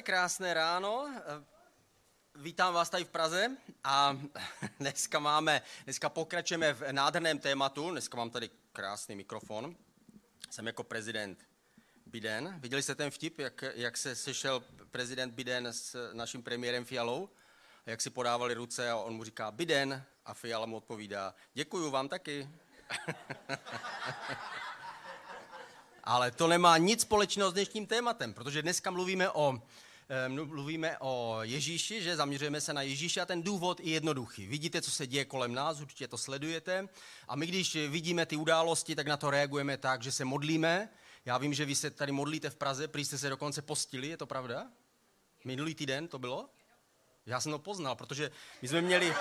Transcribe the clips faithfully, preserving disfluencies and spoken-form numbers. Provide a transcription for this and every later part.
krásné ráno. Vítám vás tady v Praze a dneska máme, dneska pokračujeme v nádherném tématu. Dneska mám tady krásný mikrofon. Jsem jako prezident Biden. Viděli jste ten vtip, jak, jak se sešel prezident Biden s naším premiérem Fialou? A jak si podávali ruce a on mu říká Biden a Fiala mu odpovídá děkuju vám taky. Ale to nemá nic společného s dnešním tématem, protože dneska mluvíme o, mluvíme o Ježíši, že zaměřujeme se na Ježíše a ten důvod je jednoduchý. Vidíte, co se děje kolem nás, určitě to sledujete a my, když vidíme ty události, tak na to reagujeme tak, že se modlíme. Já vím, že vy se tady modlíte v Praze, prý jste se dokonce postili, je to pravda? Minulý týden to bylo? Já jsem to poznal, protože my jsme měli...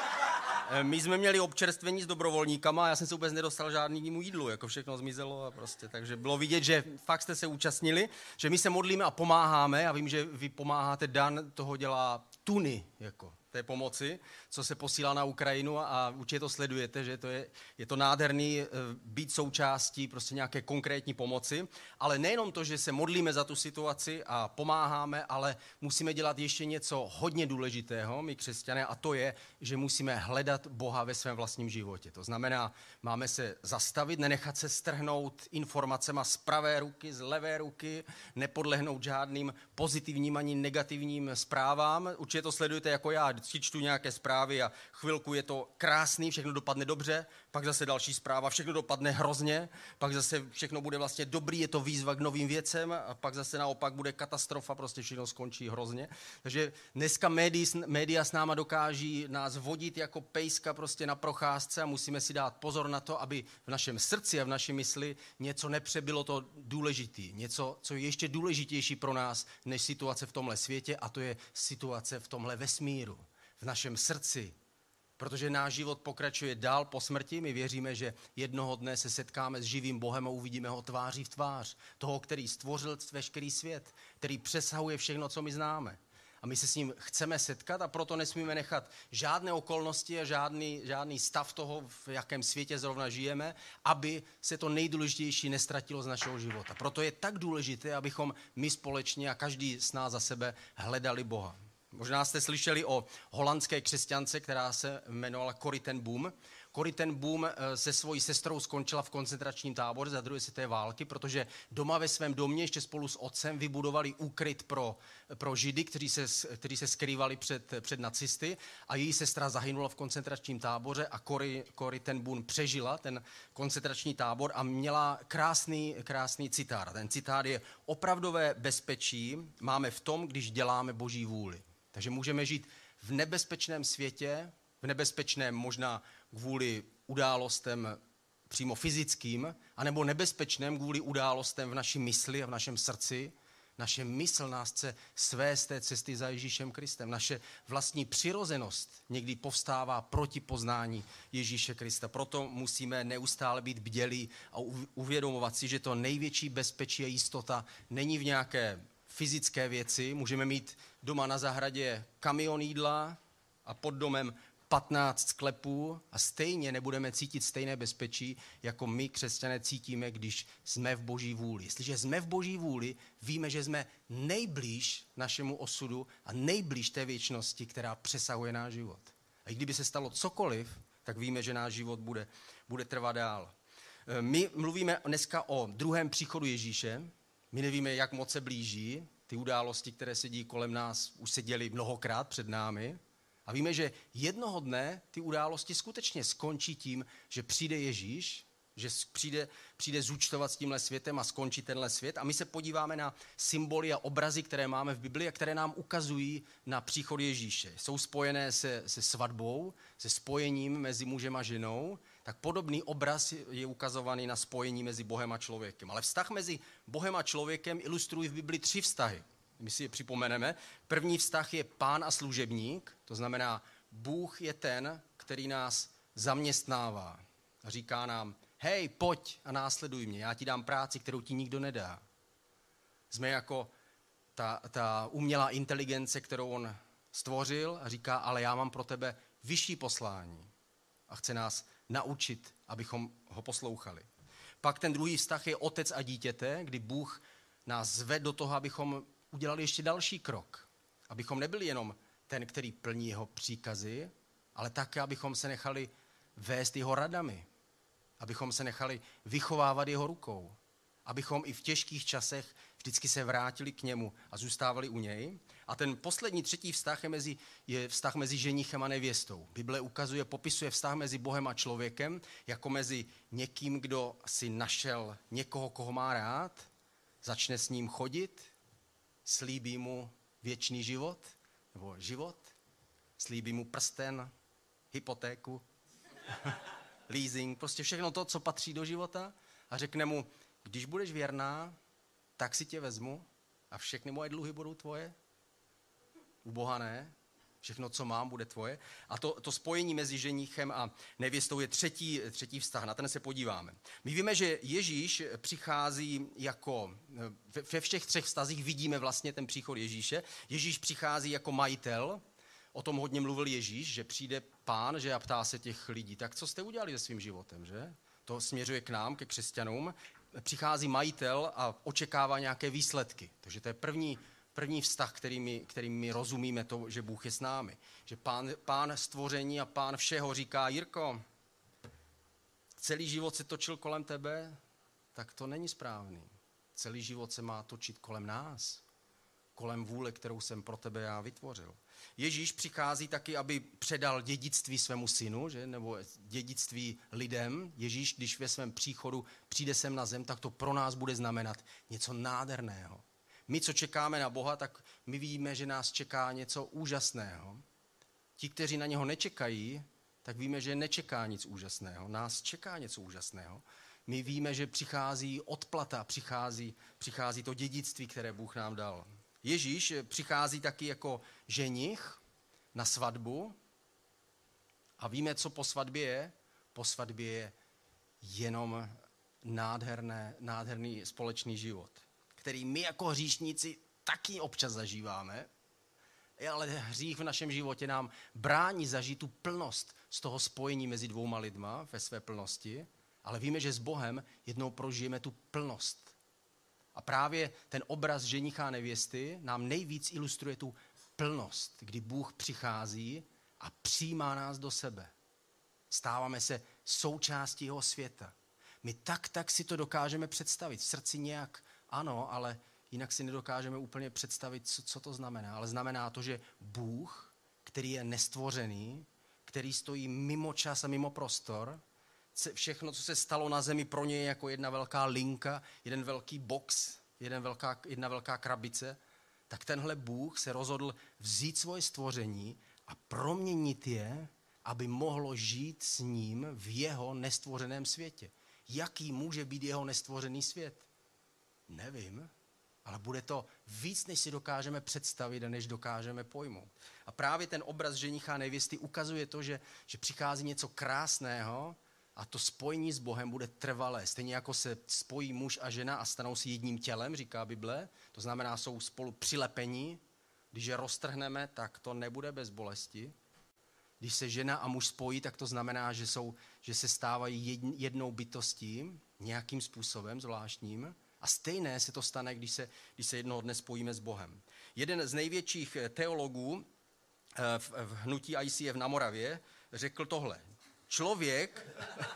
My jsme měli občerstvení s dobrovolníkama a já jsem se vůbec nedostal žádnému jídlu, jako všechno zmizelo a prostě, takže bylo vidět, že fakt jste se účastnili, že my se modlíme a pomáháme a vím, že vy pomáháte, Dan toho dělá tuny, jako té pomoci, co se posílá na Ukrajinu a určitě to sledujete, že to je, je to nádherný být součástí prostě nějaké konkrétní pomoci, ale nejenom to, že se modlíme za tu situaci a pomáháme, ale musíme dělat ještě něco hodně důležitého, my křesťané, a to je, že musíme hledat Boha ve svém vlastním životě. To znamená, máme se zastavit, nenechat se strhnout informacema z pravé ruky, z levé ruky, nepodlehnout žádným pozitivním ani negativním zprávám. Určitě to sledujete jako já, si čtu nějaké zprávy a chvilku je to krásný, všechno dopadne dobře, pak zase další zpráva, všechno dopadne hrozně, pak zase všechno bude vlastně dobrý, je to výzva k novým věcem a pak zase naopak bude katastrofa, prostě všechno skončí hrozně. Takže dneska média, média s náma dokáží nás vodit jako pejska prostě na procházce a musíme si dát pozor na to, aby v našem srdci a v naší mysli něco nepřebylo to důležité, něco, co je ještě důležitější pro nás než situace v tomhle světě, a to je situace v tomhle vesmíru. V našem srdci, protože náš život pokračuje dál po smrti. My věříme, že jednoho dne se setkáme s živým Bohem a uvidíme ho tváří v tvář. Toho, který stvořil veškerý svět, který přesahuje všechno, co my známe. A my se s ním chceme setkat a proto nesmíme nechat žádné okolnosti a žádný, žádný stav toho, v jakém světě zrovna žijeme, aby se to nejdůležitější nestratilo z našeho života. Proto je tak důležité, abychom my společně a každý z nás za sebe hledali Boha. Možná jste slyšeli o holandské křesťance, která se jmenovala Corrie ten Boom. Corrie ten Boom se svojí sestrou skončila v koncentračním táboře za druhé světové války, protože doma ve svém domě ještě spolu s otcem vybudovali úkryt pro, pro Židy, kteří se, kteří se skrývali před, před nacisty, a její sestra zahynula v koncentračním táboře a Corrie, Corrie ten Boom přežila ten koncentrační tábor a měla krásný, krásný citát. Ten citát je: opravdové bezpečí máme v tom, když děláme Boží vůli. Takže můžeme žít v nebezpečném světě, v nebezpečném možná kvůli událostem přímo fyzickým, anebo nebezpečném kvůli událostem v naší mysli a v našem srdci. Naše mysl nás chce svést z té cesty za Ježíšem Kristem. Naše vlastní přirozenost někdy povstává proti poznání Ježíše Krista. Proto musíme neustále být bdělí a uvědomovat si, že to největší bezpečí a jistota není v nějaké fyzické věci. Můžeme mít doma na zahradě kamion jídla a pod domem patnáct sklepů a stejně nebudeme cítit stejné bezpečí, jako my, křesťané, cítíme, když jsme v Boží vůli. Jestliže jsme v Boží vůli, víme, že jsme nejblíž našemu osudu a nejblíž té věčnosti, která přesahuje náš život. A i kdyby se stalo cokoliv, tak víme, že náš život bude, bude trvat dál. My mluvíme dneska o druhém příchodu Ježíše. My nevíme, jak moc se blíží. Ty události, které se dějí kolem nás, už se děly mnohokrát před námi. A víme, že jednoho dne ty události skutečně skončí tím, že přijde Ježíš, že přijde, přijde zúčtovat s tímhle světem a skončí tenhle svět. A my se podíváme na symboly a obrazy, které máme v Biblii a které nám ukazují na příchod Ježíše. Jsou spojené se, se svatbou, se spojením mezi mužem a ženou. Tak podobný obraz je ukazovaný na spojení mezi Bohem a člověkem. Ale vztah mezi Bohem a člověkem ilustrují v Biblii tři vztahy. My si je připomeneme. První vztah je pán a služebník, to znamená, Bůh je ten, který nás zaměstnává a říká nám: hej, pojď a následuj mě, já ti dám práci, kterou ti nikdo nedá. Jsme jako ta, ta umělá inteligence, kterou on stvořil a říká: ale já mám pro tebe vyšší poslání a chce nás naučit, abychom ho poslouchali. Pak ten druhý vztah je otec a dítěte, kdy Bůh nás zve do toho, abychom udělali ještě další krok. Abychom nebyli jenom ten, který plní jeho příkazy, ale také, abychom se nechali vést jeho radami. Abychom se nechali vychovávat jeho rukou. Abychom i v těžkých časech vždycky se vrátili k němu a zůstávali u něj. A ten poslední, třetí vztah je, mezi, je vztah mezi ženichem a nevěstou. Bible ukazuje, popisuje vztah mezi Bohem a člověkem jako mezi někým, kdo si našel někoho, koho má rád, začne s ním chodit, slíbí mu věčný život, nebo život, slíbí mu prsten, hypotéku, leasing, prostě všechno to, co patří do života a řekne mu, když budeš věrná, tak si tě vezmu a všechny moje dluhy budou tvoje. U Boha ne. Všechno, co mám, bude tvoje. A to, to spojení mezi ženichem a nevěstou je třetí, třetí vztah. Na ten se podíváme. My víme, že Ježíš přichází jako, ve všech třech vztazích vidíme vlastně ten příchod Ježíše. Ježíš přichází jako majitel. O tom hodně mluvil Ježíš, že přijde pán, že a ptá se těch lidí, tak co jste udělali se svým životem, že? To směřuje k nám, ke křesťanům. Přichází majitel a očekává nějaké výsledky. Takže to je první, první vztah, který my, který my rozumíme to, že Bůh je s námi. Že pán, pán stvoření a pán všeho říká, Jirko, celý život se točil kolem tebe, tak to není správný. Celý život se má točit kolem nás. Kolem vůle, kterou jsem pro tebe já vytvořil. Ježíš přichází taky, aby předal dědictví svému synu, že? Nebo dědictví lidem. Ježíš, když ve svém příchodu přijde sem na zem, tak to pro nás bude znamenat něco nádherného. My, co čekáme na Boha, tak my víme, že nás čeká něco úžasného. Ti, kteří na něho nečekají, tak víme, že nečeká nic úžasného. Nás čeká něco úžasného. My víme, že přichází odplata, přichází, přichází to dědictví, které Bůh nám dal. Ježíš přichází taky jako ženich na svatbu a víme, co po svatbě je. Po svatbě je jenom nádherné, nádherný společný život, který my jako hříšníci taky občas zažíváme, ale hřích v našem životě nám brání zažít tu plnost z toho spojení mezi dvouma lidma ve své plnosti, ale víme, že s Bohem jednou prožijeme tu plnost. A právě ten obraz ženicha a nevěsty nám nejvíc ilustruje tu plnost, kdy Bůh přichází a přijímá nás do sebe. Stáváme se součástí jeho světa. My tak, tak si to dokážeme představit. V srdci nějak ano, ale jinak si nedokážeme úplně představit, co, co to znamená. Ale znamená to, že Bůh, který je nestvořený, který stojí mimo čas a mimo prostor, všechno, co se stalo na zemi, pro něj je jako jedna velká linka, jeden velký box, jeden velká, jedna velká krabice, tak tenhle Bůh se rozhodl vzít svoje stvoření a proměnit je, aby mohlo žít s ním v jeho nestvořeném světě. Jaký může být jeho nestvořený svět? Nevím, ale bude to víc, než si dokážeme představit a než dokážeme pojmout. A právě ten obraz ženicha a nevěsty ukazuje to, že, že přichází něco krásného a to spojení s Bohem bude trvalé. Stejně jako se spojí muž a žena a stanou si jedním tělem, říká Bible, to znamená, jsou spolu přilepení. Když je roztrhneme, tak to nebude bez bolesti. Když se žena a muž spojí, tak to znamená, že, jsou, že se stávají jednou bytostí, nějakým způsobem zvláštním. A stejné se to stane, když se, když se jednoho dne spojíme s Bohem. Jeden z největších teologů v, v hnutí I C F na Moravě řekl tohle. Člověk,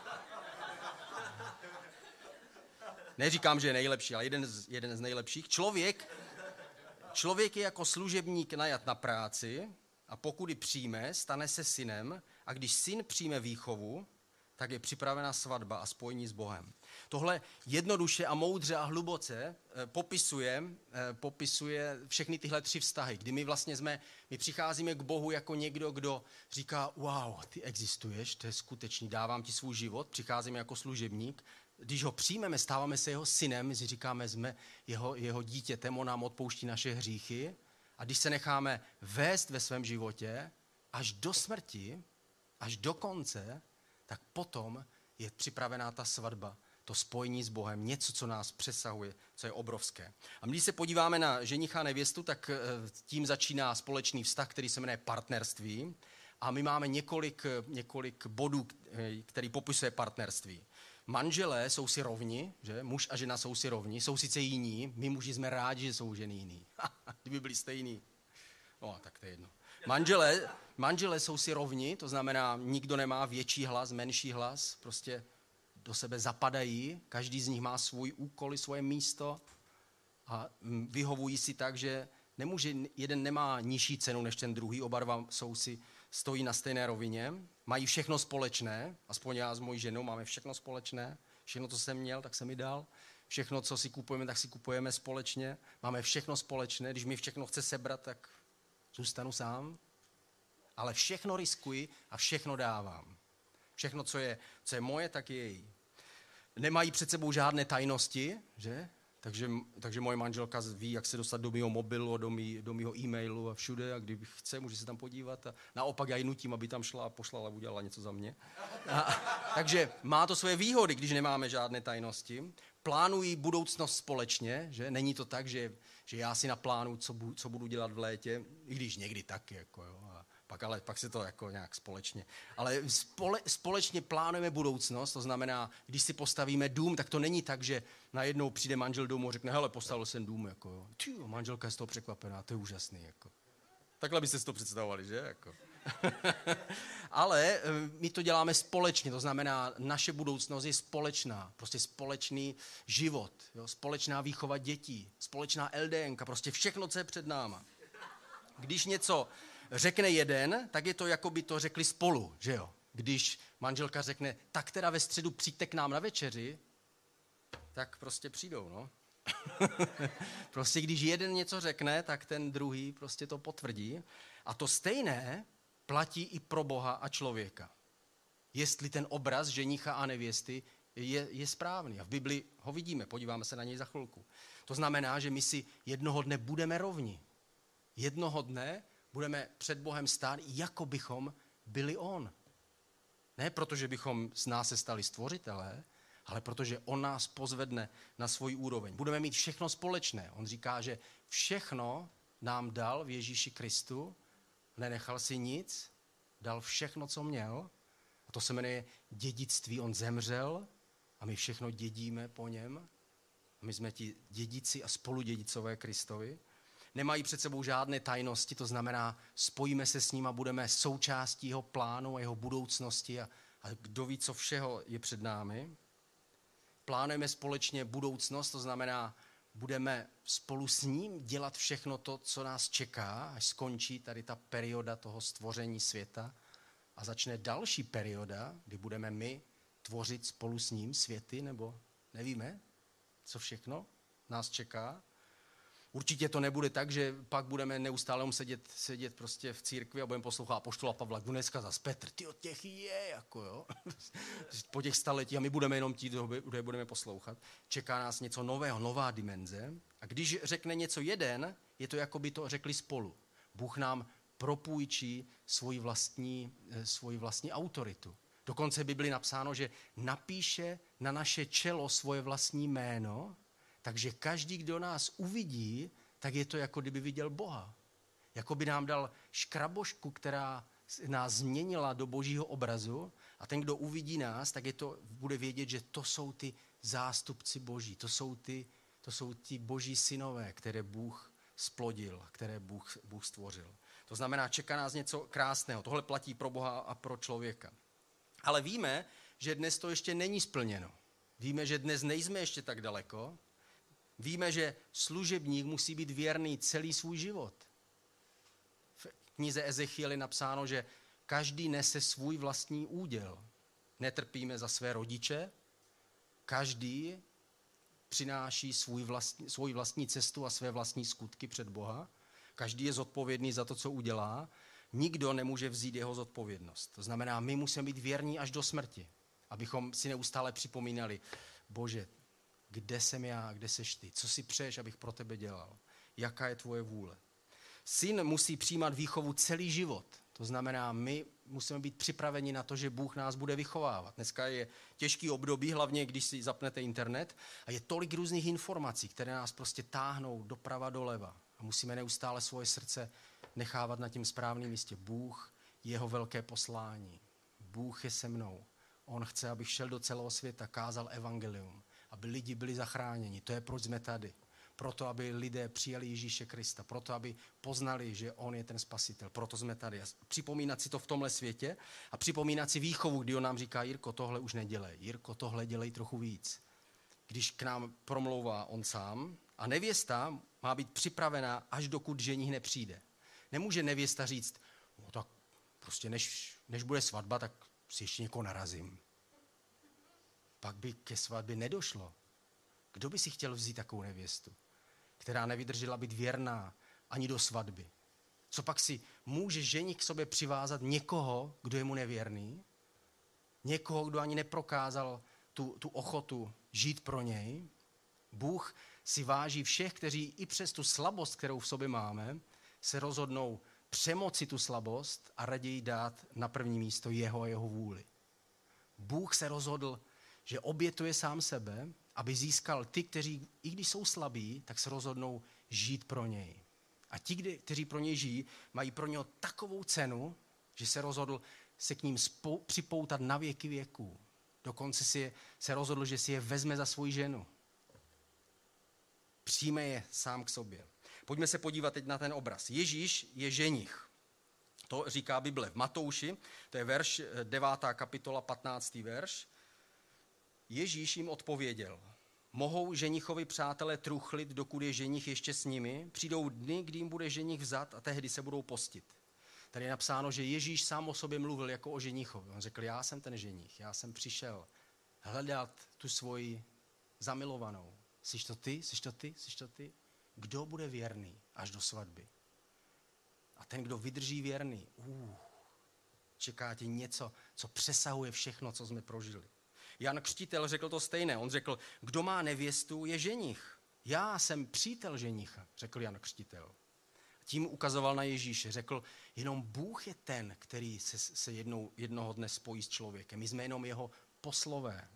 neříkám, že je nejlepší, ale jeden z, jeden z nejlepších, člověk, člověk je jako služebník najat na práci a pokud ji přijme, stane se synem a když syn přijme výchovu, tak je připravena svatba a spojení s Bohem. Tohle jednoduše a moudře a hluboce popisuje, popisuje všechny tyhle tři vztahy, kdy my vlastně jsme, my přicházíme k Bohu jako někdo, kdo říká, wow, ty existuješ, to je skutečný, dávám ti svůj život, přicházíme jako služebník. Když ho přijmeme, stáváme se jeho synem, my si říkáme, jsme jeho, jeho dítětem, on nám odpouští naše hříchy a když se necháme vést ve svém životě až do smrti, až do konce, tak potom je připravená ta svatba, to spojení s Bohem, něco, co nás přesahuje, co je obrovské. A když se podíváme na ženicha a nevěstu, tak tím začíná společný vztah, který se jmenuje partnerství. A my máme několik, několik bodů, který popisuje partnerství. Manželé jsou si rovni, že? Muž a žena jsou si rovni, jsou sice jiní, my muži jsme rádi, že jsou ženy jiný. Kdyby byli stejní. No, tak to je jedno. Manželé, manželé jsou si rovni, to znamená, nikdo nemá větší hlas, menší hlas, prostě do sebe zapadají, každý z nich má svůj úkol, svoje místo a vyhovují si tak, že nemůže, jeden nemá nižší cenu než ten druhý, oba dva jsou si, stojí na stejné rovině, mají všechno společné, aspoň já s mojí ženou máme všechno společné, všechno, co jsem měl, tak jsem mi dal, všechno, co si kupujeme, tak si kupujeme společně, máme všechno společné, když mi všechno chce sebrat, tak zůstanu sám, ale všechno riskuji a všechno dávám. Všechno, co je, co je moje, tak je její. Nemají před sebou žádné tajnosti, že? Takže, takže moje manželka ví, jak se dostat do mého mobilu, do, mý, do mého e-mailu a všude, a když chce, může se tam podívat. A naopak já ji nutím, aby tam šla a poslala a udělala něco za mě. A, takže má to svoje výhody, když nemáme žádné tajnosti. Plánují budoucnost společně, že? Není to tak, že, že já si naplánuju, co, bu, co budu dělat v létě, i když někdy taky, jako jo. A pak, ale pak se to jako nějak společně. Ale spole, společně plánujeme budoucnost, to znamená, když si postavíme dům, tak to není tak, že najednou přijde manžel domů a řekne, hele, postavil jsem dům, jako jo. Tyjo, manželka je z toho překvapená, to je úžasný, jako. Takhle byste si to představovali, že? Jako. Ale my to děláme společně, to znamená, naše budoucnost je společná, prostě společný život, jo? Společná výchova dětí, společná el dé enka, prostě všechno, co je před náma. Když něco řekne jeden, tak je to, jako by to řekli spolu, že jo? Když manželka řekne, tak teda ve středu přijďte k nám na večeři, tak prostě přijdou, no. Prostě když jeden něco řekne, tak ten druhý prostě to potvrdí. A to stejné platí i pro Boha a člověka. Jestli ten obraz ženicha a nevěsty je, je správný. A v Bibli ho vidíme, podíváme se na něj za chvilku. To znamená, že my si jednoho dne budeme rovni. Jednoho dne budeme před Bohem stát, jako bychom byli on. Ne protože bychom z nás se stali stvořitelé, ale protože on nás pozvedne na svůj úroveň. Budeme mít všechno společné. On říká, že všechno nám dal v Ježíši Kristu, nenechal si nic, dal všechno, co měl. A to se jmenuje dědictví. On zemřel a my všechno dědíme po něm. A my jsme ti dědici a spoludědicové Kristovi. Nemají před sebou žádné tajnosti, to znamená, spojíme se s ním a budeme součástí jeho plánu a jeho budoucnosti a, a kdo ví, co všeho je před námi. Plánujeme společně budoucnost, to znamená, budeme spolu s ním dělat všechno to, co nás čeká, až skončí tady ta perioda toho stvoření světa a začne další perioda, kdy budeme my tvořit spolu s ním světy, nebo nevíme, co všechno nás čeká. Určitě to nebude tak, že pak budeme neustále sedět, sedět prostě v církvi a budeme poslouchat apoštola Pavla, kdo dneska zas Petr, ty od těch je, jako jo. Po těch staletí a my budeme jenom tí, kdo budeme poslouchat. Čeká nás něco nového, nová dimenze. A když řekne něco jeden, je to, jako by to řekli spolu. Bůh nám propůjčí svoji vlastní, svoji vlastní autoritu. Dokonce by bylo napsáno, že napíše na naše čelo svoje vlastní jméno, takže každý, kdo nás uvidí, tak je to, jako kdyby viděl Boha. Jako by nám dal škrabošku, která nás změnila do božího obrazu a ten, kdo uvidí nás, tak je to, bude vědět, že to jsou ty zástupci boží, to jsou ty, to jsou ty boží synové, které Bůh splodil, které Bůh, Bůh stvořil. To znamená, čeká nás něco krásného. Tohle platí pro Boha a pro člověka. Ale víme, že dnes to ještě není splněno. Víme, že dnes nejsme ještě tak daleko. Víme, že služebník musí být věrný celý svůj život. V knize Ezechiel je napsáno, že každý nese svůj vlastní úděl. Netrpíme za své rodiče, každý přináší svůj vlastní, svůj vlastní cestu a své vlastní skutky před Boha. Každý je zodpovědný za to, co udělá. Nikdo nemůže vzít jeho zodpovědnost. To znamená, my musíme být věrní až do smrti, abychom si neustále připomínali, Bože, kde jsem já, kde seš ty, co si přeješ, abych pro tebe dělal, jaká je tvoje vůle. Syn musí přijímat výchovu celý život. To znamená, my musíme být připraveni na to, že Bůh nás bude vychovávat. Dneska je těžký období, hlavně když si zapnete internet a je tolik různých informací, které nás prostě táhnou doprava doleva. A musíme neustále svoje srdce nechávat na tím správném místě. Bůh, jeho velké poslání. Bůh je se mnou. On chce, abych šel do celého světa, kázal evangelium, aby lidi byli zachráněni. To je, proč jsme tady. Proto, aby lidé přijali Ježíše Krista. Proto, aby poznali, že on je ten spasitel. Proto jsme tady. Připomínat si to v tomhle světě a připomínat si výchovu, kdy on nám říká, Jirko, tohle už nedělej. Jirko, tohle dělej trochu víc. Když k nám promlouvá on sám a nevěsta má být připravená, až dokud ženich nepřijde. Nemůže nevěsta říct, no tak prostě než, než bude svatba, tak si ještě někoho narazím. Pak by ke svatbě nedošlo. Kdo by si chtěl vzít takovou nevěstu, která nevydržela být věrná ani do svatby? Co pak si může ženich k sobě přivázat někoho, kdo je mu nevěrný? Někoho, kdo ani neprokázal tu, tu ochotu žít pro něj? Bůh si váží všech, kteří i přes tu slabost, kterou v sobě máme, se rozhodnou přemoci tu slabost a raději dát na první místo jeho a jeho vůli. Bůh se rozhodl, že obětuje sám sebe, aby získal ty, kteří, i když jsou slabí, tak se rozhodnou žít pro něj. A ti, kteří pro něj žijí, mají pro něho takovou cenu, že se rozhodl se k ním spou- připoutat na věky věků. Dokonce si je, se rozhodl, že si je vezme za svou ženu. Přijme je sám k sobě. Pojďme se podívat teď na ten obraz. Ježíš je ženich. To říká Bible v Matouši, to je verš devátá kapitola, patnáctý verš. Ježíš jim odpověděl, mohou ženichovi přátelé truchlit, dokud je ženich ještě s nimi, přijdou dny, kdy jim bude ženich vzat a tehdy se budou postit. Tady je napsáno, že Ježíš sám o sobě mluvil jako o ženichovi. On řekl, já jsem ten ženich, já jsem přišel hledat tu svoji zamilovanou. Jsi to ty, jsi to ty, jsi to ty? Kdo bude věrný až do svatby? A ten, kdo vydrží věrný, uh, čeká tě něco, co přesahuje všechno, co jsme prožili. Jan Křtitel řekl to stejné. On řekl, kdo má nevěstu, je ženich. Já jsem přítel ženicha, řekl Jan Křtitel. Tím ukazoval na Ježíše. Řekl, jenom Bůh je ten, který se, se jednou, jednoho dne spojí s člověkem. My jsme jenom jeho poslové.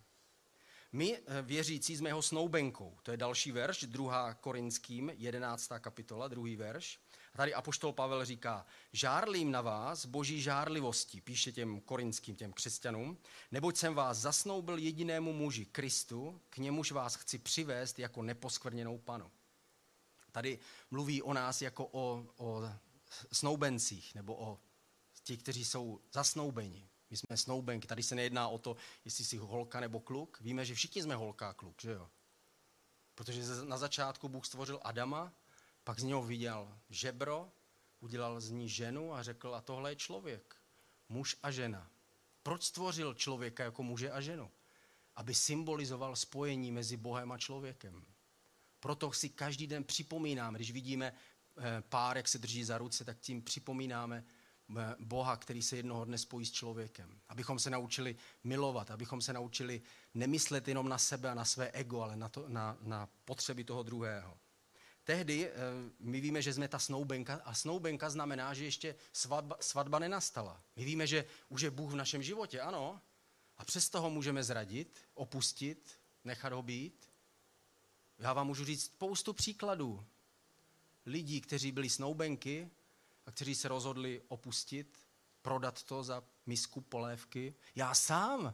My, věřící, jsme jeho snoubenkou. To je další verš, druhá Korinským, jedenáctá kapitola, druhý verš. A tady apoštol Pavel říká, žárlím na vás boží žárlivostí, píše těm korinským, těm křesťanům, neboť jsem vás zasnoubil jedinému muži, Kristu, k němuž vás chci přivést jako neposkvrněnou panu. Tady mluví o nás jako o, o snoubencích, nebo o těch, kteří jsou zasnoubeni. My jsme snoubenky, tady se nejedná o to, jestli jsi holka nebo kluk. Víme, že všichni jsme holka a kluk, že jo? Protože na začátku Bůh stvořil Adama, pak z něho viděl žebro, udělal z ní ženu a řekl, a tohle je člověk, muž a žena. Proč stvořil člověka jako muže a ženu? Aby symbolizoval spojení mezi Bohem a člověkem. Proto si každý den připomínáme, když vidíme pár, jak se drží za ruce, tak tím připomínáme Boha, který se jednoho dne spojí s člověkem. Abychom se naučili milovat, abychom se naučili nemyslet jenom na sebe a na své ego, ale na, to, na, na potřeby toho druhého. Tehdy my víme, že jsme ta snoubenka a snoubenka znamená, že ještě svatba, svatba nenastala. My víme, že už je Bůh v našem životě, ano, a přesto ho můžeme zradit, opustit, nechat ho být. Já vám můžu říct spoustu příkladů lidí, kteří byli snoubenky a kteří se rozhodli opustit, prodat to za misku polévky. Já sám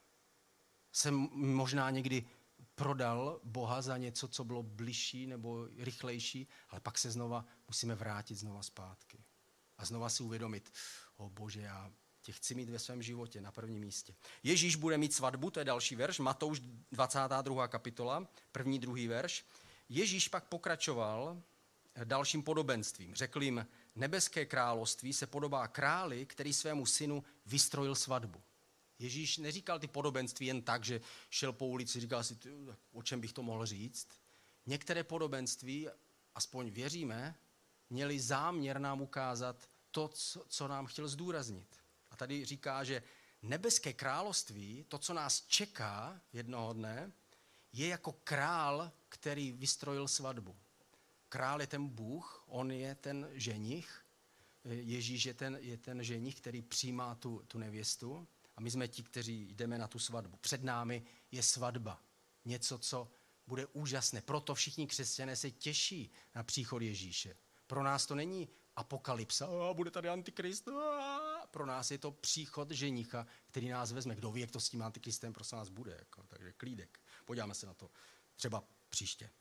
jsem možná někdy prodal Boha za něco, co bylo bližší nebo rychlejší, ale pak se znova musíme vrátit znova zpátky. A znova si uvědomit, o Bože, já tě chci mít ve svém životě na prvním místě. Ježíš bude mít svatbu, to je další verš, Matouš dvacátá druhá kapitola, první, druhý verš. Ježíš pak pokračoval dalším podobenstvím. Řekl jim, nebeské království se podobá králi, který svému synu vystrojil svatbu. Ježíš neříkal ty podobenství jen tak, že šel po ulici, říkal si, o čem bych to mohl říct. Některé podobenství, aspoň věříme, měli záměr nám ukázat to, co, co nám chtěl zdůraznit. A tady říká, že nebeské království, to, co nás čeká jednoho dne, je jako král, který vystrojil svatbu. Král je ten Bůh, on je ten ženich, Ježíš je ten, je ten ženich, který přijímá tu, tu nevěstu a my jsme ti, kteří jdeme na tu svatbu. Před námi je svatba, něco, co bude úžasné. Proto všichni křesťané se těší na příchod Ježíše. Pro nás to není apokalypsa, a bude tady antikrist. A pro nás je to příchod ženicha, který nás vezme. Kdo ví, jak to s tím antikristem prosím nás bude. Jako, takže klídek. Podíváme se na to třeba příště.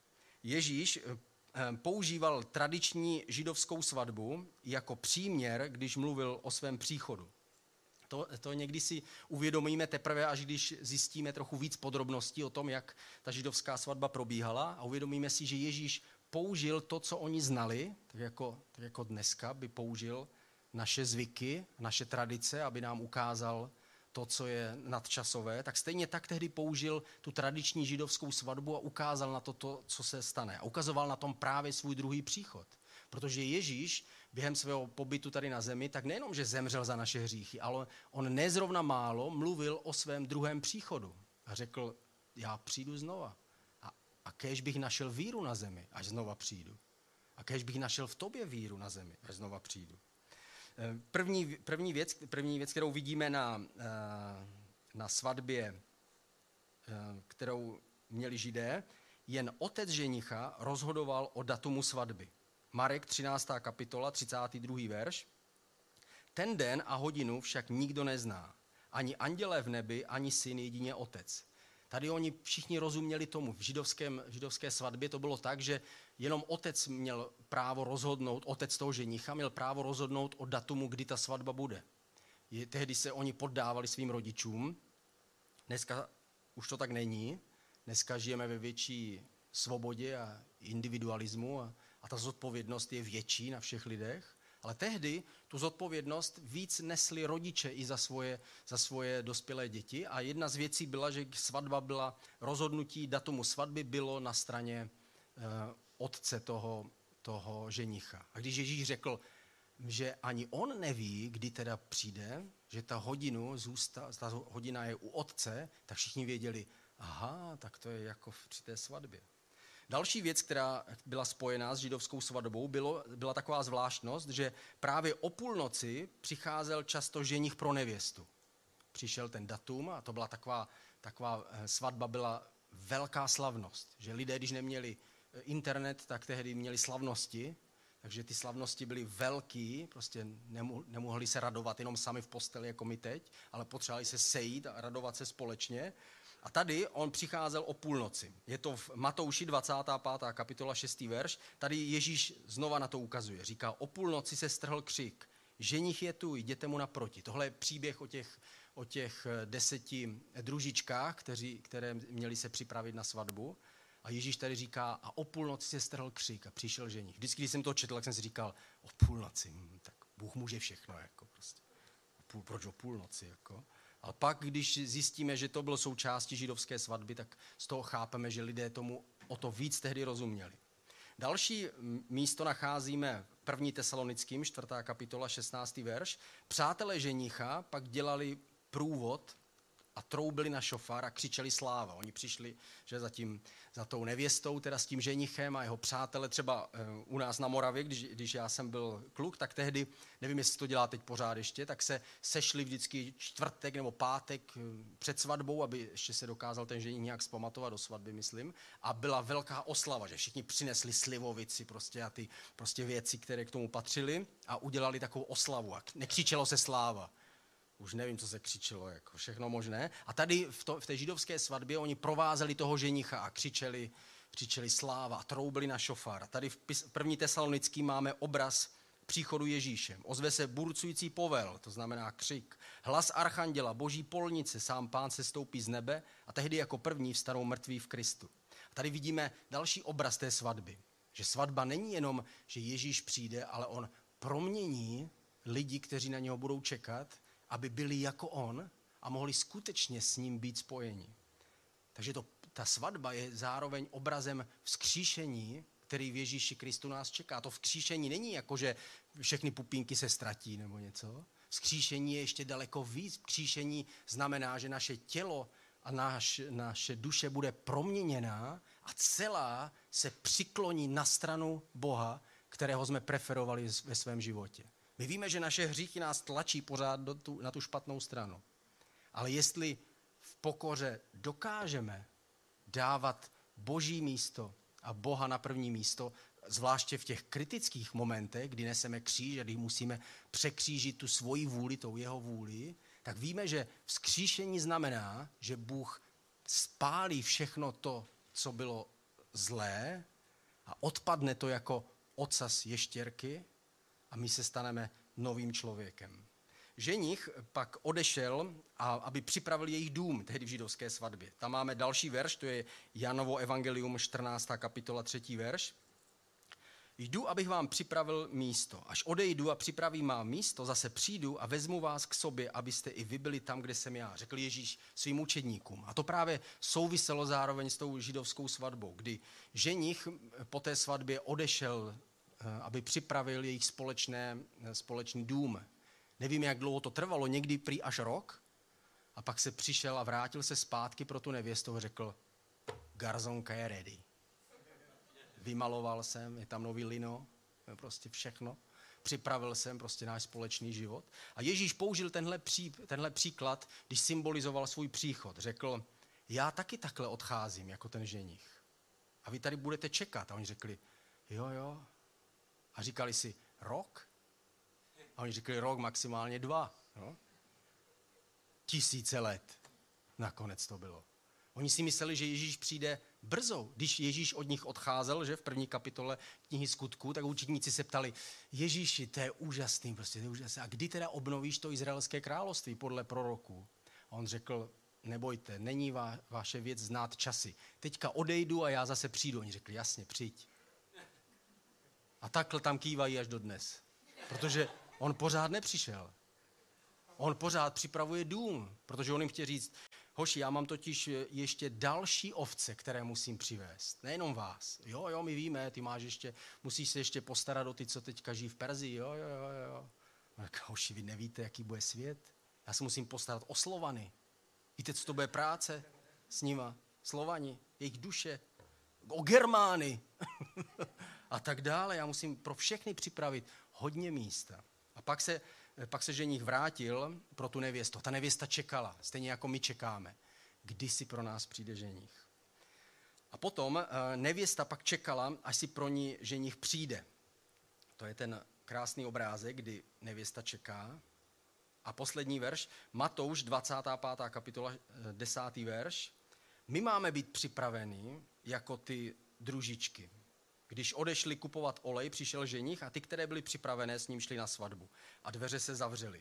Ježíš používal tradiční židovskou svatbu jako příměr, když mluvil o svém příchodu. To, to někdy si uvědomíme teprve, až když zjistíme trochu víc podrobností o tom, jak ta židovská svatba probíhala, a uvědomíme si, že Ježíš použil to, co oni znali, tak jako, tak jako dneska by použil naše zvyky, naše tradice, aby nám ukázal to, co je nadčasové, tak stejně tak tehdy použil tu tradiční židovskou svatbu a ukázal na to, to, co se stane. A ukazoval na tom právě svůj druhý příchod. Protože Ježíš během svého pobytu tady na zemi, tak nejenom, že zemřel za naše hříchy, ale on nezrovna málo mluvil o svém druhém příchodu. A řekl, já přijdu znova. A, a kéž bych našel víru na zemi, až znova přijdu. A kéž bych našel v tobě víru na zemi, až znova přijdu. První, první, věc, první věc, kterou vidíme na, na svatbě, kterou měli Židé, jen otec ženicha rozhodoval o datumu svatby. Marek třináctá kapitola, třicátý druhý verš. Ten den a hodinu však nikdo nezná. Ani andělé v nebi, ani syn, jedině otec. Tady oni všichni rozuměli tomu. V židovském, v židovské svatbě to bylo tak, že jenom otec měl právo rozhodnout, otec toho ženicha měl právo rozhodnout o datumu, kdy ta svatba bude. Je, tehdy se oni poddávali svým rodičům. Dneska už to tak není. Dneska žijeme ve větší svobodě a individualismu a, a ta zodpovědnost je větší na všech lidech. Ale tehdy tu zodpovědnost víc nesli rodiče i za svoje, za svoje dospělé děti. A jedna z věcí byla, že svatba byla, rozhodnutí datumu svatby bylo na straně eh, otce toho, toho ženicha. A když Ježíš řekl, že ani on neví, kdy teda přijde, že ta, hodinu zůsta, ta hodina je u otce, tak všichni věděli, aha, tak to je jako při té svatbě. Další věc, která byla spojená s židovskou svatbou, bylo, byla taková zvláštnost, že právě o půlnoci přicházel často ženich pro nevěstu. Přišel ten datum a to byla taková, taková svatba byla velká slavnost. Že lidé, když neměli internet, tak tehdy měli slavnosti, takže ty slavnosti byly velký, prostě nemohli se radovat jenom sami v posteli jako my teď, ale potřebovali se sejít a radovat se společně. A tady on přicházel o půlnoci. Je to v Matouši dvacátá pátá kapitola šestý verš. Tady Ježíš znova na to ukazuje. Říká, o půlnoci se strhl křik. Ženich je tu, jděte mu naproti. Tohle je příběh o těch, o těch deseti družičkách, kteří, které měli se připravit na svatbu. A Ježíš tady říká, a o půlnoci se strhl křik a přišel ženich. Vždycky, když jsem to četl, tak jsem si říkal, o půlnoci, hm, tak Bůh může všechno. Jako prostě. O půl, proč o půlnoci? Jako? Ale pak, když zjistíme, že to bylo součástí židovské svatby, tak z toho chápeme, že lidé tomu o to víc tehdy rozuměli. Další místo nacházíme v první Tesalonickým, čtvrtá kapitola, šestnáctý verš. Přátelé ženicha pak dělali průvod a troubili na šofár a křičeli sláva. Oni přišli, že za, tím, za tou nevěstou, teda s tím ženichem a jeho přátele, třeba u nás na Moravě, když, když já jsem byl kluk, tak tehdy, nevím, jestli to dělá teď pořád ještě, tak se sešli vždycky čtvrtek nebo pátek před svatbou, aby ještě se dokázal ten ženich nějak zpamatovat do svatby, myslím. A byla velká oslava, že všichni přinesli slivovici prostě a ty prostě věci, které k tomu patřily a udělali takovou oslavu a nekřičelo se sláva. Už nevím, co se křičelo, jako všechno možné. A tady v, to, v té židovské svatbě oni provázeli toho ženicha a křičeli, křičeli sláva a troubili na šofár. A tady v první Tesalonický máme obraz příchodu Ježíše. Ozve se burcující povel, to znamená křik. Hlas archanděla, boží polnice, sám pán se stoupí z nebe a tehdy jako první vstanou mrtví v Kristu. A tady vidíme další obraz té svatby. Že svatba není jenom, že Ježíš přijde, ale on promění lidi, kteří na něho budou čekat, aby byli jako on a mohli skutečně s ním být spojeni. Takže to, ta svatba je zároveň obrazem vzkříšení, který v Ježíši Kristu nás čeká. To vzkříšení není jako, že všechny pupínky se ztratí nebo něco. Vzkříšení je ještě daleko víc. Vzkříšení znamená, že naše tělo a naš, naše duše bude proměněná a celá se přikloní na stranu Boha, kterého jsme preferovali ve svém životě. My víme, že naše hříchy nás tlačí pořád do tu, na tu špatnou stranu. Ale jestli v pokoře dokážeme dávat Boží místo a Boha na první místo, zvláště v těch kritických momentech, kdy neseme kříž a kdy musíme překřížit tu svoji vůli, tou jeho vůli, tak víme, že vzkříšení znamená, že Bůh spálí všechno to, co bylo zlé a odpadne to jako ocas ještěrky a my se staneme novým člověkem. Ženich pak odešel, a, aby připravil jejich dům, tehdy v židovské svatbě. Tam máme další verš, to je Janovo evangelium, čtrnáctá kapitola, třetí verš. Jdu, abych vám připravil místo. Až odejdu a připravím vám místo, zase přijdu a vezmu vás k sobě, abyste i vy byli tam, kde jsem já, řekl Ježíš svým učedníkům. A to právě souviselo zároveň s tou židovskou svatbou, kdy ženich po té svatbě odešel, aby připravil jejich společné, společný dům. Nevím, jak dlouho to trvalo, někdy prý až rok. A pak se přišel a vrátil se zpátky pro tu nevěstu a řekl, garzonka je ready. Vymaloval jsem, je tam nový lino, prostě všechno. Připravil jsem prostě náš společný život. A Ježíš použil tenhle, pří, tenhle příklad, když symbolizoval svůj příchod. Řekl, já taky takhle odcházím, jako ten ženich. A vy tady budete čekat. A oni řekli, jo, jo. A říkali si, rok? A oni řekli, rok, maximálně dva. No? Tisíce let. Nakonec to bylo. Oni si mysleli, že Ježíš přijde brzo. Když Ježíš od nich odcházel, že v první kapitole knihy Skutků, tak učedníci se ptali, Ježíši, to je úžasný, prostě to je úžasný. A kdy teda obnovíš to izraelské království podle proroků? A on řekl, nebojte, není va, vaše věc znát časy. Teďka odejdu a já zase přijdu. Oni řekli, jasně, přijď. A takhle tam kývají až do dnes. Protože on pořád nepřišel. On pořád připravuje dům, protože on jim chtěl říct, hoši, já mám totiž ještě další ovce, které musím přivést. Nejenom vás. Jo, jo, my víme, ty máš ještě, musíš se ještě postarat o ty, co teďka žijí v Perzii. Jo, jo, jo, jo. Tak, hoši, vy nevíte, jaký bude svět? Já se musím postarat o Slovany. Víte, co to bude práce s nima? Slovani, jejich duše, o Germány a tak dále. Já musím pro všechny připravit hodně místa. A pak se Pak se ženich vrátil pro tu nevěstu. Ta nevěsta čekala, stejně jako my čekáme. Kdy si pro nás přijde ženich. A potom nevěsta pak čekala, až si pro ní ženich přijde. To je ten krásný obrázek, kdy nevěsta čeká. A poslední verš, Matouš, dvacátá pátá kapitola, desátý verš. My máme být připraveni jako ty družičky. Když odešli kupovat olej, přišel ženich a ty, které byly připravené, s ním šli na svatbu. A dveře se zavřely.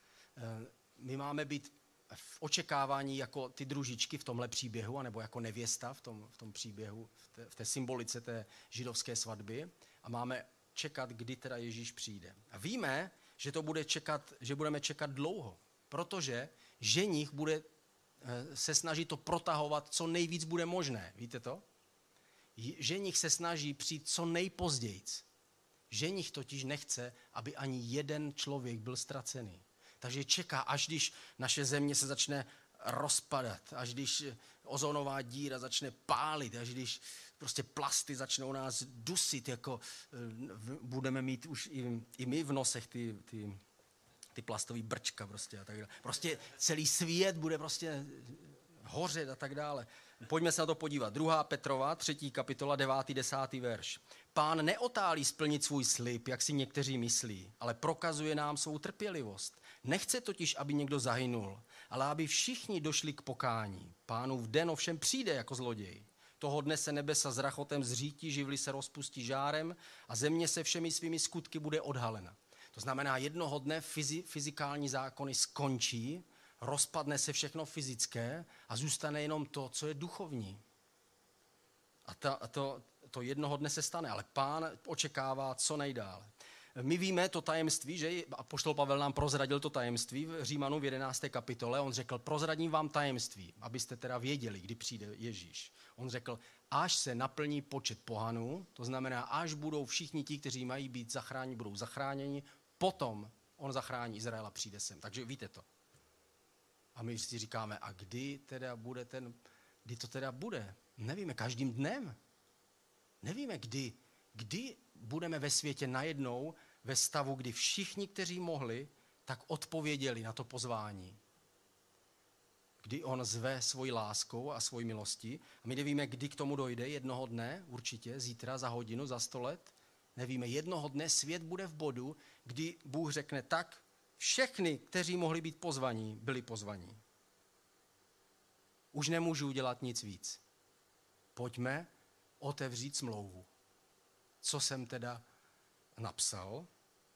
My máme být v očekávání jako ty družičky v tomhle příběhu, anebo jako nevěsta v tom, v tom příběhu, v té, v té symbolice té židovské svatby. A máme čekat, kdy teda Ježíš přijde. A víme, že to bude čekat, že budeme čekat dlouho, protože ženich bude se snažit to protahovat, co nejvíc bude možné. Víte to? Ženich se snaží přijít co nejpozdějc. Ženich totiž nechce, aby ani jeden člověk byl ztracený. Takže čeká, až když naše země se začne rozpadat, až když ozonová díra začne pálit, až když prostě plasty začnou nás dusit, jako budeme mít už i, i my v nosech ty, ty, ty plastový brčka prostě a tak dále. Prostě celý svět bude prostě hořet a tak dále. Pojďme se na to podívat. Druhá Petrova, třetí kapitola, devátý, desátý verš. Pán neotálí splnit svůj slib, jak si někteří myslí, ale prokazuje nám svou trpělivost. Nechce totiž, aby někdo zahynul, ale aby všichni došli k pokání. Pánův den ovšem přijde jako zloděj. Toho dne se nebesa s rachotem zřítí, živly se rozpustí žárem a země se všemi svými skutky bude odhalena. To znamená, jednoho dne fyzi, fyzikální zákony skončí, rozpadne se všechno fyzické a zůstane jenom to, co je duchovní. A, ta, a to, to jednoho dne se stane, ale Pán očekává co nejdále. My víme to tajemství, že apoštol Pavel nám prozradil to tajemství v Římanům v jedenácté kapitole. On řekl, prozradím vám tajemství, abyste teda věděli, kdy přijde Ježíš. On řekl, až se naplní počet pohanů, to znamená, až budou všichni ti, kteří mají být zachráněni, budou zachráněni, potom on zachrání Izraela, přijde sem. Takže víte to. A my si říkáme, a kdy teda bude ten, kdy to teda bude? Nevíme, každým dnem. Nevíme, kdy, kdy budeme ve světě najednou ve stavu, kdy všichni, kteří mohli, tak odpověděli na to pozvání. Kdy on zve svojí láskou a svojí milostí. A my nevíme, kdy k tomu dojde, jednoho dne, určitě, zítra, za hodinu, za sto let. Nevíme, jednoho dne svět bude v bodu, kdy Bůh řekne tak, všechny, kteří mohli být pozvaní, byli pozvaní. Už nemůžu udělat nic víc. Pojďme otevřít smlouvu. co jsem teda napsal.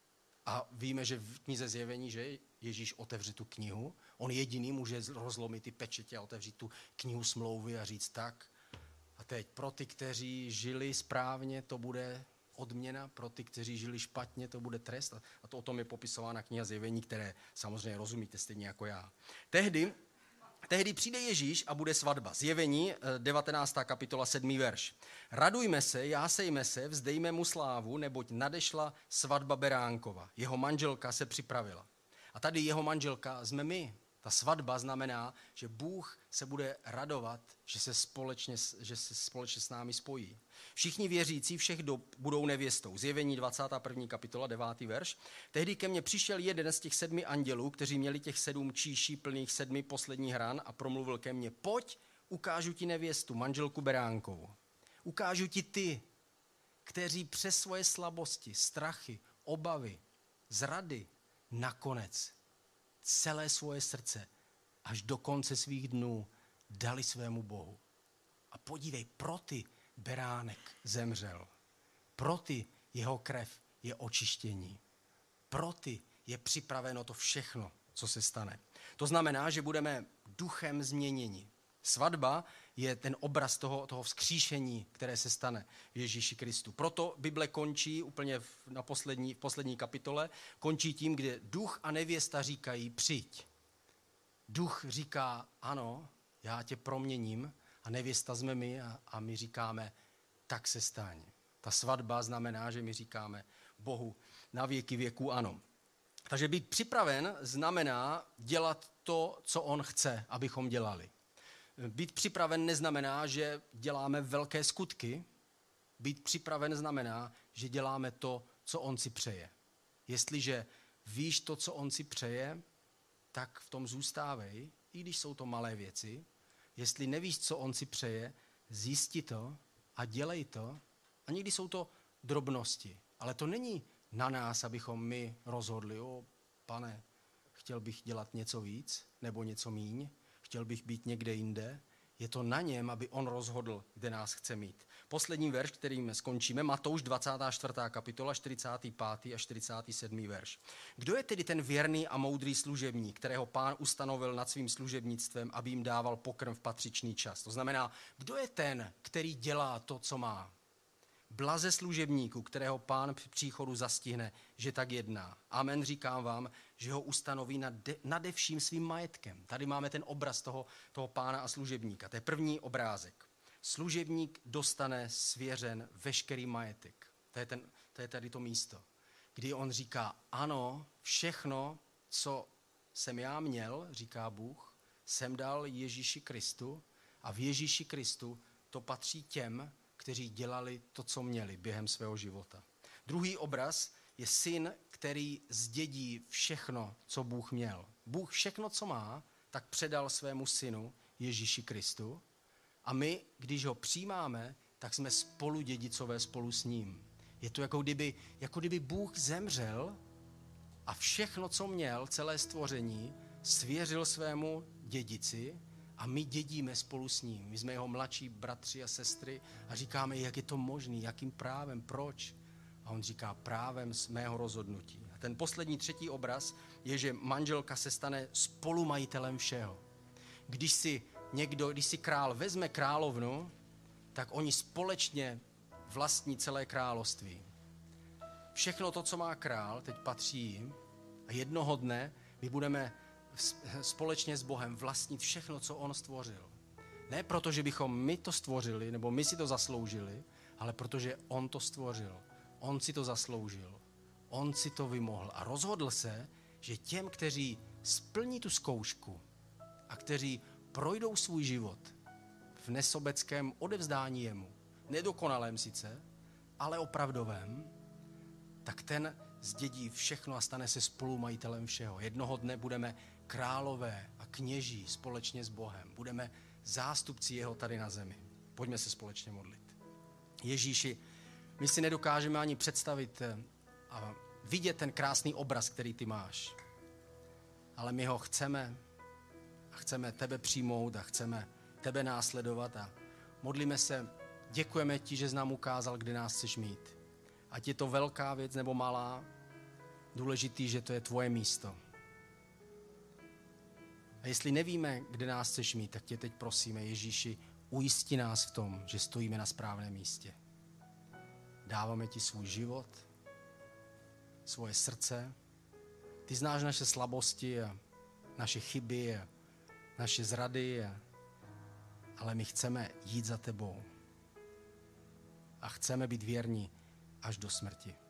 A víme, že v knize Zjevení, že Ježíš otevře tu knihu. On jediný může rozlomit ty pečetě a otevřít tu knihu smlouvy a říct tak. A teď pro ty, kteří žili správně, to bude odměna, pro ty, kteří žili špatně, to bude trest. A to o tom je popisována kniha Zjevení, které samozřejmě rozumíte stejně jako já. Tehdy, tehdy přijde Ježíš a bude svatba. Zjevení, devatenáctá kapitola, sedmý verš. Radujme se, jásejme se, vzdejme mu slávu, neboť nadešla svatba Beránkova. Jeho manželka se připravila. A tady jeho manželka jsme my. Ta svatba znamená, že Bůh se bude radovat, že se společně, že se společně s námi spojí. Všichni věřící všech dob budou nevěstou. Zjevení dvacátá první kapitola, devátý verš. Tehdy ke mně přišel jeden z těch sedmi andělů, kteří měli těch sedm číší plných sedmi posledních hran a promluvil ke mně, pojď, ukážu ti nevěstu, manželku Beránkovou. Ukážu ti ty, kteří přes svoje slabosti, strachy, obavy, zrady, nakonec celé svoje srdce až do konce svých dnů dali svému Bohu. A podívej, pro ty beránek zemřel. Pro ty jeho krev je očištění. Pro ty je připraveno to všechno, co se stane. To znamená, že budeme duchem změněni. Svatba je ten obraz toho, toho vzkříšení, které se stane v Ježíši Kristu. Proto Bible končí úplně v, na poslední, v poslední kapitole, končí tím, kde duch a nevěsta říkají přijď. Duch říká ano, já tě proměním a nevěsta jsme my a, a my říkáme tak se staň. Ta svatba znamená, že my říkáme Bohu na věky věků ano. Takže být připraven znamená dělat to, co on chce, abychom dělali. Být připraven neznamená, že děláme velké skutky. Být připraven znamená, že děláme to, co on si přeje. Jestliže víš to, co on si přeje, tak v tom zůstávej, i když jsou to malé věci. Jestli nevíš, co on si přeje, zjisti to a dělej to. A někdy jsou to drobnosti. Ale to není na nás, abychom my rozhodli, o pane, chtěl bych dělat něco víc nebo něco míň. Chtěl bych být někde jinde, je to na něm, aby on rozhodl, kde nás chce mít. Poslední verš, kterým skončíme, Matouš dvacátá čtvrtá kapitola, čtyřicátý pátý a čtyřicátý sedmý verš. Kdo je tedy ten věrný a moudrý služebník, kterého Pán ustanovil nad svým služebnictvem, aby jim dával pokrm v patřičný čas? To znamená, kdo je ten, který dělá to, co má? Blaze služebníku, kterého Pán při příchodu zastihne, že tak jedná. Amen, říkám vám, že ho ustanoví nade, nade vším svým majetkem. Tady máme ten obraz toho, toho pána a služebníka. To je první obrázek. Služebník dostane svěřen veškerý majetek. To je, ten, to je tady to místo, kdy on říká, ano, všechno, co jsem já měl, říká Bůh, jsem dal Ježíši Kristu a v Ježíši Kristu to patří těm, kteří dělali to, co měli během svého života. Druhý obraz je syn, který zdědí všechno, co Bůh měl. Bůh všechno, co má, tak předal svému synu Ježíši Kristu a my, když ho přijímáme, tak jsme spolu dědicové spolu s ním. Je to jako kdyby, jako kdyby Bůh zemřel a všechno, co měl, celé stvoření, svěřil svému dědici a my dědíme spolu s ním. My jsme jeho mladší bratři a sestry a říkáme, jak je to možný, jakým právem, proč? A on říká, právem z mého rozhodnutí. A ten poslední třetí obraz je, že manželka se stane spolumajitelem všeho. Když si někdo, když si král vezme královnu, tak oni společně vlastní celé království. Všechno to, co má král, teď patří jim a jednoho dne my budeme společně s Bohem vlastnit všechno, co on stvořil. Ne proto, že bychom my to stvořili, nebo my si to zasloužili, ale protože on to stvořil. On si to zasloužil. On si to vymohl a rozhodl se, že těm, kteří splní tu zkoušku a kteří projdou svůj život v nesobeckém odevzdání jemu, nedokonalém sice, ale opravdovém, tak ten zdědí všechno a stane se spolumajitelem všeho. Jednoho dne budeme králové a kněží společně s Bohem. Budeme zástupci jeho tady na zemi. Pojďme se společně modlit. Ježíši, my si nedokážeme ani představit a vidět ten krásný obraz, který ty máš. Ale my ho chceme a chceme tebe přijmout a chceme tebe následovat a modlíme se, děkujeme ti, že jsi nám ukázal, kde nás chceš mít. Ať je to velká věc nebo malá, důležitý, že to je tvoje místo. A jestli nevíme, kde nás chceš mít, tak tě teď prosíme, Ježíši, ujisti nás v tom, že stojíme na správném místě. Dáváme ti svůj život, svoje srdce. Ty znáš naše slabosti a naše chyby a naše zrady, a, ale my chceme jít za tebou. A chceme být věrní až do smrti.